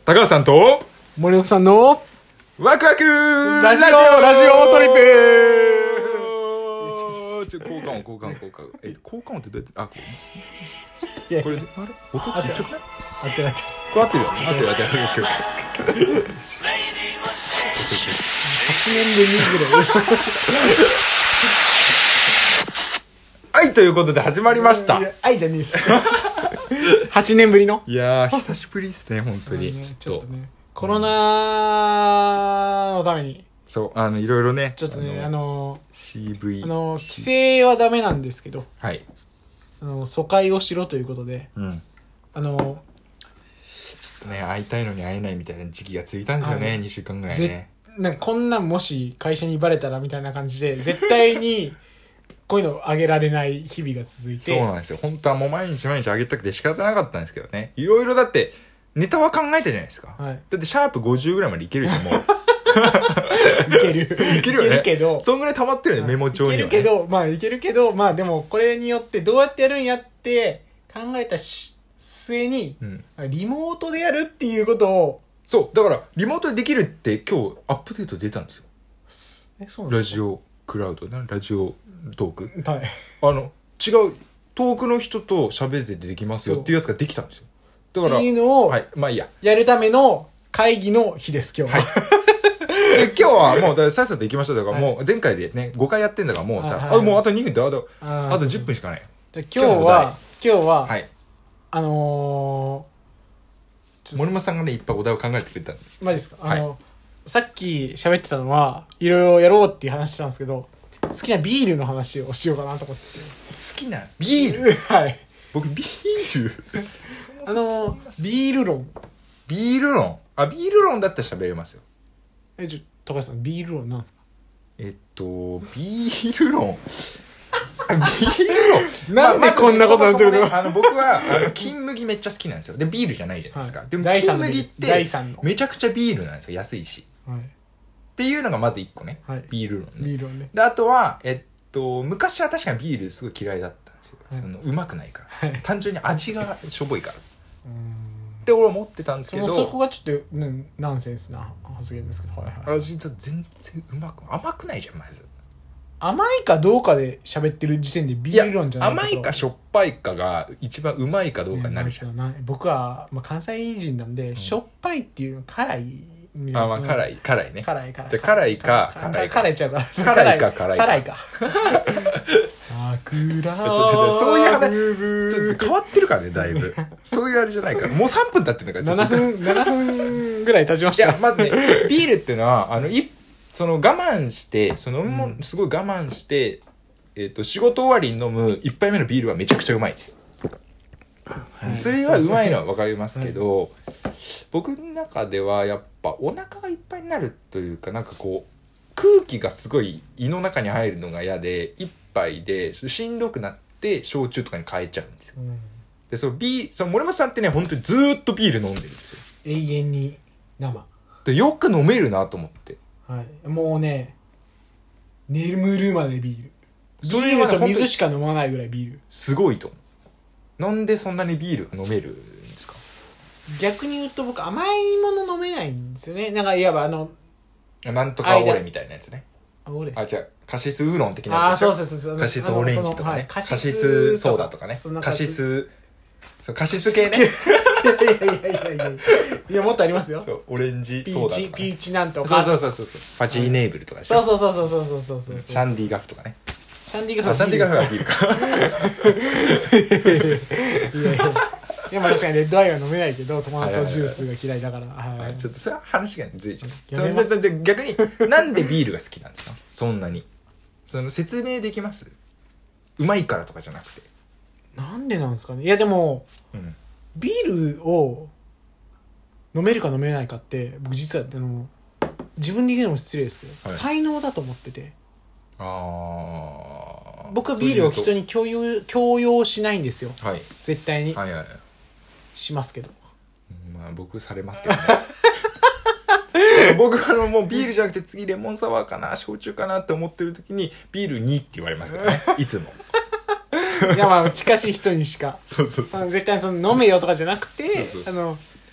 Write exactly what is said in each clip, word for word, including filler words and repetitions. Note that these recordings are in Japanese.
高橋さんと森本さんのワクワクラジオラジオトリップちょ交換音交換音交換音え交換音ってどうやってあこいやれこれであれ音ちっちゃくない合ってないこれ合ってるよね合ってる合ってる合ってるはちねんぶりぐらいはいということで始まりましたいや愛じゃねえしはちねんぶりのいやー久しぶりですね本当にちょっとねコロナのためにそうあのいろいろねちょっとねあのシーブイあの規制はダメなんですけどはいあの疎開をしろということでうんあのちょっとね会いたいのに会えないみたいな時期が続いたんですよね、はい、にしゅうかんぐらいねなんかこんなんもし会社にバレたらみたいな感じで絶対にこういうのあげられない日々が続いてそうなんですよ本当はもう毎日毎日あげたくて仕方なかったんですけどねいろいろだってネタは考えたじゃないですか、はい、だってシャープごじゅうぐらいまでいけるじゃんもういけるいけるよねいけるけどそんぐらい溜まってるよね、はい、メモ帳には、ね、 いけるけどまあいけるけどまあでもこれによってどうやってやるんやって考えた末に、うん、リモートでやるっていうことをそうだからリモートでできるって今日アップデート出たんですよえそうなんですかラジオクラウドなラジオトーク、 はい、 あの違う遠くの人と喋ってできますよっていうやつができたんですよだからっていうのを、 はい、まあいいややるための会議の日です今日は、 はい、今日はもうださっさと行きましょうだからもう前回でねごかいやってんだからもうさ、はいはい、あもうあとにふんであとあとじゅっぷんしかない今日は今日は、 はい、あのー、森本さんがねいっぱいお題を考えてくれたんでマジですか、はい、あのさっき喋ってたのはいろいろやろうっていう話したんですけど好きなビールの話をしようかなと思って好きなビールはい僕ビールあのー、ビール論ビール論あビール論だったら喋れますよえちょ高橋さんビール論なんですかえっとビール論ビール論なんでこんなことになってるの、 まあまあね、あの僕はあの金麦めっちゃ好きなんですよでビールじゃないじゃないですか、はい、でも金麦ってめちゃくちゃビールなんですよ安いし、はい、っていうのがまず一個ね、はい、ビール論ねビール論ねであとはえっと昔は確かにビールすごい嫌いだったんですよ、はい、そのうまくないから、はい、単純に味がしょぼいからって俺は思ってたんですけどそ, そこがちょっと、うん、ナンセンスな発言ですけど、はいはい、 味全然うまく甘くないじゃんまず甘いかどうかで喋ってる時点でビール論じゃない甘いかしょっぱいかが一番うまいかどうかになるじゃん、 ね、僕は、まあ、関西人なんで、うん、しょっぱいっていうの辛いみたいなあまあ辛い辛いね辛い辛いじゃ辛いか辛いか辛いちゃうから辛いか辛いか辛いか桜そういう話ちょっと変わってるからねだいぶそういうあれじゃないからもうさんぷん経ってるからななふんななふんぐらい経ちましたいやまずねビールっていうのはあのいその我慢してその、うん、すごい我慢してえっと仕事終わりに飲む一杯目のビールはめちゃくちゃうまいです、はい、それはうまいのは分かりますけど、はい、僕の中ではやっぱお腹がいっぱいになるというかなんかこう空気がすごい胃の中に入るのが嫌で一杯でしんどくなって焼酎とかに変えちゃうんですよ、うん、でそのビその森本さんってね本当にずーっとビール飲んでるんですよ永遠に生でよく飲めるなと思ってはい、もうね眠るまでビールビールと水しか飲まないぐらいビールすごいと思うなんでそんなにビールが飲めるんですか逆に言うと僕甘いもの飲めないんですよねなんかいわばあのなんとかオレみたいなやつねあオレあじゃあカシスウーロン的なやつでしょあそうそうそうカシスオレンジとかね、はい、カシスソーダとかねカシスカシス系ねいやいやいやいやいやいやもっとありますよそうオレンジソーダとか、ね、 ピーチピーチなんとかそうそうそうそうパチイネーブルとかでしょ、 うん、そうそうそうそうそうそうそうシャンディガフとかねシャンディガフはシャンディガフはビールかいやいやいやまあ確かにレッドアイは飲めないけどトマトジュースが嫌いだから、はいはいはい、 ちょっとそれは話がずれちゃう逆になんでビールが好きなんですかそんなにその説明できますうまいからとかじゃなくてなんでなんですかねいやでも、うん、ビールを飲めるか飲めないかって僕実はあの自分で言うのも失礼ですけど、はい、才能だと思っててあ僕はビールを人に共有強要しないんですよ、 はい、 絶対に、 はいはいはい、 しますけどまあ僕されますけどね僕はあのもうビールじゃなくて次レモンサワーかな焼酎かなって思ってる時にビールにって言われますからねいつもいやまあ近しい人にしかそうそうそうその絶対その飲めよとかじゃなくてそうそうそうあの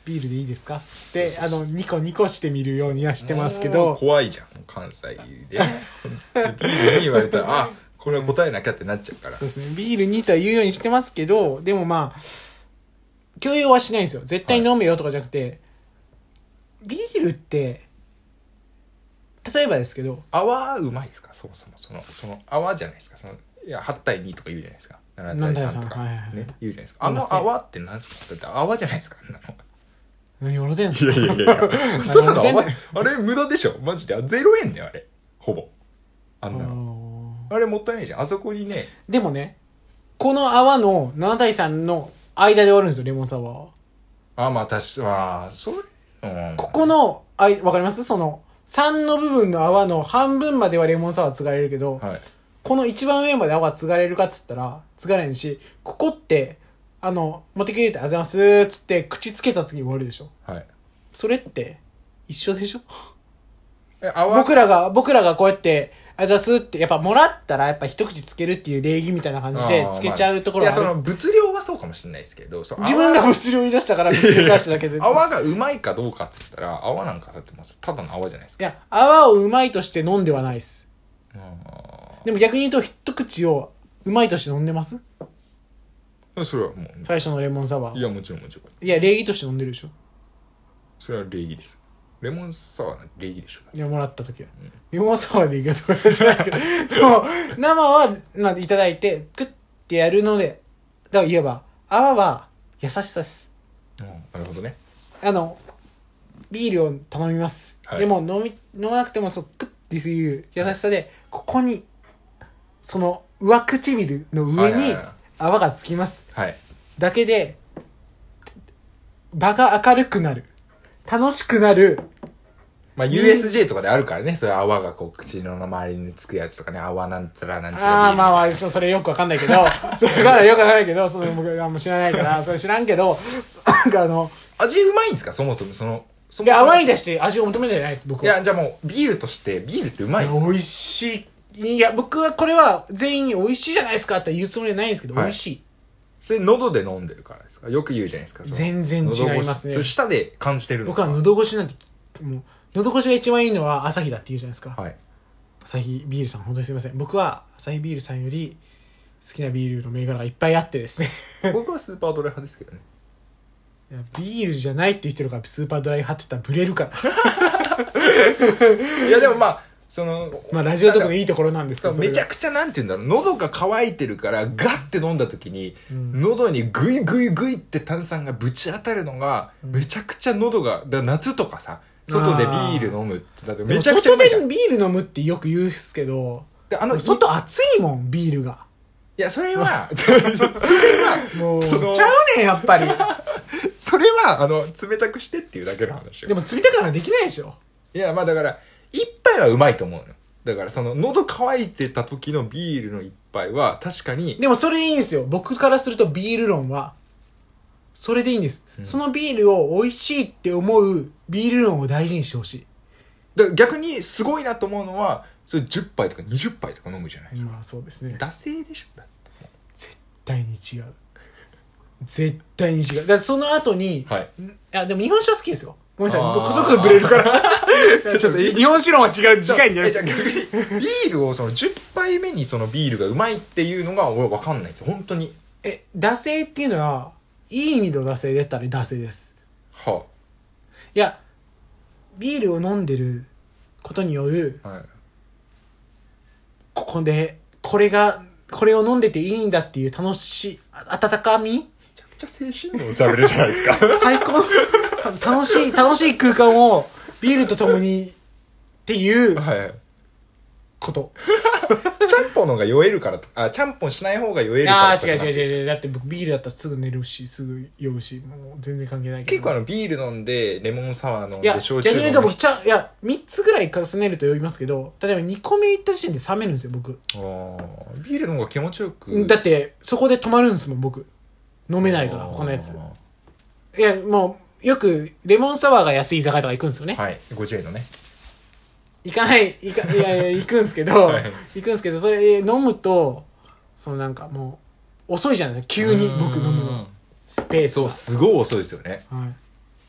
ビールでいいですかってあのニコニコしてみるようにはしてますけど、 怖いじゃん関西でビールに言われたらあこれは答えなきゃってなっちゃうから。 そうですね、ビールにとは言うようにしてますけど、でもまあ強要はしないんですよ。絶対飲めよとかじゃなくて、はい、ビールって例えばですけど泡うまいですか、そもそもそのその泡じゃないですか、そのいやはち対にとか言うじゃないですか、なな対さんとか、はいはいはい、ね、言うじゃないですか。あの泡って何ですか、だって泡じゃないですか、あんなの何笑ってんすか。 いやいやいやいやただの泡あれ無駄でしょマジで。ゼロえんだよあれほぼ。あんなの あ, あれもったいないじゃん。あそこにね。 でもねこの泡のなな対さんの間で終わるんですよレモンサワーは。 あまあ確かまあそれ、うん、ここのあいわかりますそのさんの部分の泡の半分まではレモンサワー継がれるけど、はい、この一番上まで泡継がれるかっつったら継がれんし、ここってあの持ってきてありがとうございますーっつって口つけた時に終わるでしょ、はい、それって一緒でしょ。え泡僕らが僕らがこうやってあざすってやっぱもらったらやっぱ一口つけるっていう礼儀みたいな感じでつけちゃうところがある、 まあ、いやその物量はそうかもしれないですけど、自分が物量言い出したから物量出しただけで泡がうまいかどうかっつったら泡なんかだってますただの泡じゃないですか。 いや泡をうまいとして飲んではないです。でも逆に言うと一口をうまいとして飲んでます。 それはもう最初のレモンサワー。 いやもちろんもちろん。 いや礼儀として飲んでるでしょ。 それは礼儀です。レモンサワーの礼儀でしょ。 いやもらった時は、うん、レモンサワーでいいかとかじゃないけどでも生は、まあ、いただいてクッてやるので、だから言えば泡は優しさです。 うん、なるほどね。あのビールを頼みます、はい、でも飲み飲まなくてもそうクッていう優しさで、はい、ここにその上唇の上に泡がつきます、はい、だけで場が明るくなる、楽しくなる。 まあ ユーエスジェー とかであるからね、それ泡がこう口の周りにつくやつとかね、泡なんちゃらなんちゃら。 ああまあまあそれよくわかんないけどそれがよくわかんないけど、その僕あんま知らないからそれ知らんけど、なんかあの味うまいんですかそもそもその。 いや甘いだして味を求めてないです僕は。 いやじゃあもうビールとしてビールってうまいですか。 美味しい。いや僕はこれは全員に美味しいじゃないですかって言うつもりはないんですけど、はい、美味しい。 それ喉で飲んでるからですか。よく言うじゃないですか。 全然違いますね。 それ舌で感じてるの。 僕は喉越しなんてもう喉越しが一番いいのはアサヒだって言うじゃないですか。はい。アサヒビールさん本当にすみません。僕はアサヒビールさんより好きなビールの銘柄がいっぱいあってですね僕はスーパードライ派ですけどね。 いやビールじゃないって言ってるからスーパードライ派って言ったらブレるからいやでもまあそのまあラジオトークのいいところなんですけど、 めちゃくちゃなんて言うんだろう、喉が渇いてるからガッて飲んだ時に、うん、喉にグイグイグイって炭酸がぶち当たるのが、うん、めちゃくちゃ喉がだ夏とかさ外でビール飲むってだってめちゃくちゃうまいじゃん。 外でビール飲むってよく言うっすけど、であの外暑いもんビールが。 いやそれはそれはもうちゃうねんやっぱりそれはあの冷たくしてっていうだけの話よ。 でも冷たくはできないでしょ。 いやまあだから一杯はうまいと思うの。だからその喉乾いてた時のビールの一杯は確かに。 でもそれいいんですよ。僕からするとビール論はそれでいいんです、うん、そのビールを美味しいって思うビール論を大事にしてほしい。 だから逆にすごいなと思うのはそれじゅっぱいとかにじゅっぱいとか飲むじゃないですか。 まあそうですね。 惰性でしょ。だって絶対に違う。絶対に違う。だからその後に、はい、いやでも日本酒は好きですよ。ごめんなさい、僕そこでブレるからちょっと日本酒論は違う近いんだよ。逆にビールをそのじゅっぱいめにそのビールがうまいっていうのが俺分かんないんですよ本当に。 え惰性っていうのはいい意味の惰性だったら惰性です。はあ、いやビールを飲んでることによる、はい、ここでこれがこれを飲んでていいんだっていう楽しい温かみ。めちゃくちゃ精神論されるじゃないですか最高楽しい楽しい空間をビールとともにっていうこと、 はい、ちゃんぽんの方が酔えるからとあちゃんぽんしない方が酔えるからとか。 あ違う違う違う違う。だって僕ビールだったらすぐ寝るしすぐ酔うしもう全然関係ないけど。 結構あのビール飲んでレモンサワー飲んで焼酎飲んで。いや逆に言うと僕ちゃいやみっつぐらい重ねると酔いますけど、例えばにこめいった時点で冷めるんですよ僕。 あビールの方が気持ちよく。 だってそこで止まるんですもん僕。飲めないから他のやつ。いやもうよくレモンサワーが安い居酒屋とか行くんですよね。 はいごじゅうえんのね。 行かない行かいやいや行くんすけど、はい、行くんすけどそれ飲むとそのなんかもう遅いじゃないですか急に僕飲むのスペースそうすごい遅いですよね。 はい。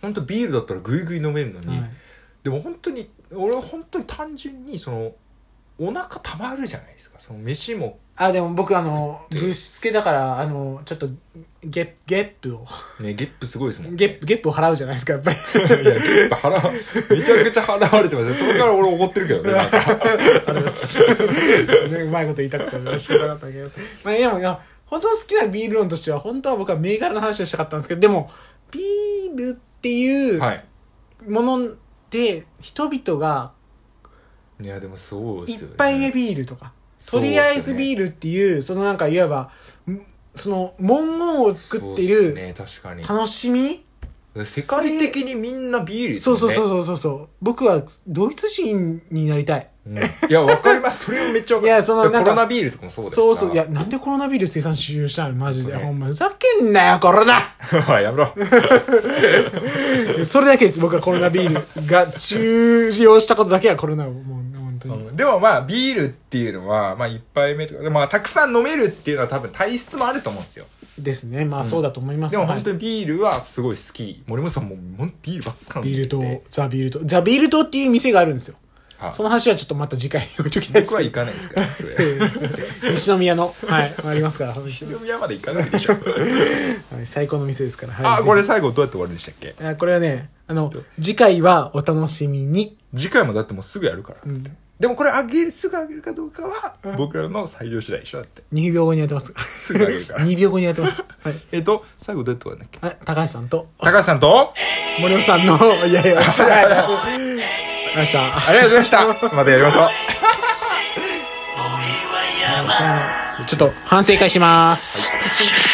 本当ビールだったらグイグイ飲めるのに、 はい、 でも本当に俺は本当に単純にそのお腹たまるじゃないですか、その飯も。 あ、でも僕あのぶしつけだからあのちょっとゲッゲップをね、ゲップすごいですもん、ね、 ゲップゲップを払うじゃないですかやっぱり。いやゲップ払うめちゃくちゃ払われてますね。それから俺怒ってるけどね。なんかあれですね、うまいこと言いたくて嬉しくなかったけど、まあでもいや本当好きなビール論としては本当は僕は銘柄の話をしたかったんですけど、でもビールっていうもので人々がいやでもそうですよね、 一杯目ビールとかとりあえずビールっていうそのなんかいわばその文言を作っている楽しみ、 世界的にみんなビールですよね。そうそうそうそうそう。僕はドイツ人になりたい。 うん、いやわかります。それをめっちゃわかる。いやそのなんかコロナビールとかもそうです。 そうそう。いやなんでコロナビール生産終了したのマジで、ね、ほんまふざけんなよコロナ。 やめろ。 それだけです。僕はコロナビールが終了したことだけはコロナをもう本当に、 うん。でもまあビールっていうのはまあ一杯目とかまあたくさん飲めるっていうのは多分体質もあると思うんですよ。 ですね。まあそうだと思います、 うん、でも本当にビールはすごい好き。森本さんもビールばっかりビールとザビールとザビールとっていう店があるんですよ。はあ、その話はちょっとまた次回置いときたいです。 僕は行かないですからそれ。 西宮のはいありますから。 西宮まで行かないでしょ。 はい、最高の店ですから。 はい、あこれ最後どうやって終わるんでしたっけ？ あこれはねあの次回はお楽しみに。 次回もだってもうすぐやるから。うんでもこれあげる、すぐあげるかどうかは、僕らの採用次第でしょだって。 にびょうごにやってます。 すぐあげるから。 にびょうごにやってます。はい。 えっと、最後どうやって終わるんだっけ？ あ、高橋さんと。 高橋さんと森本さんの、いやいや、ありがとうございました。 ありがとうございました。またやりましょう。 ちょっと反省会します。はい